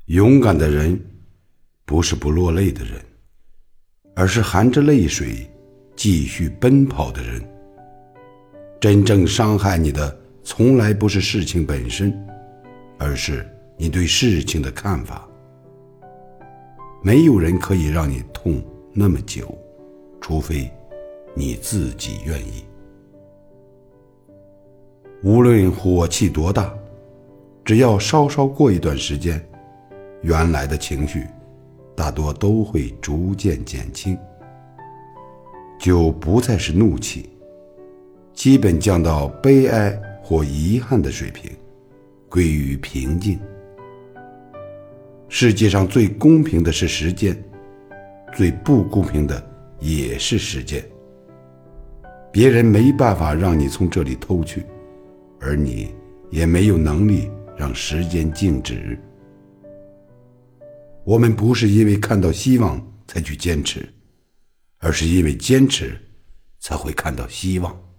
勇敢的人不是不落泪的人，而是含着泪水继续奔跑的人。真正伤害你的从来不是事情本身，而是你对事情的看法。没有人可以让你痛那么久，除非你自己愿意。无论火气多大，只要稍稍过一段时间，原来的情绪大多都会逐渐减轻，就不再是怒气，基本降到悲哀或遗憾的水平，归于平静。世界上最公平的是时间，最不公平的也是时间。别人没办法让你从这里偷去，而你也没有能力让时间静止。我们不是因为看到希望才去坚持，而是因为坚持才会看到希望。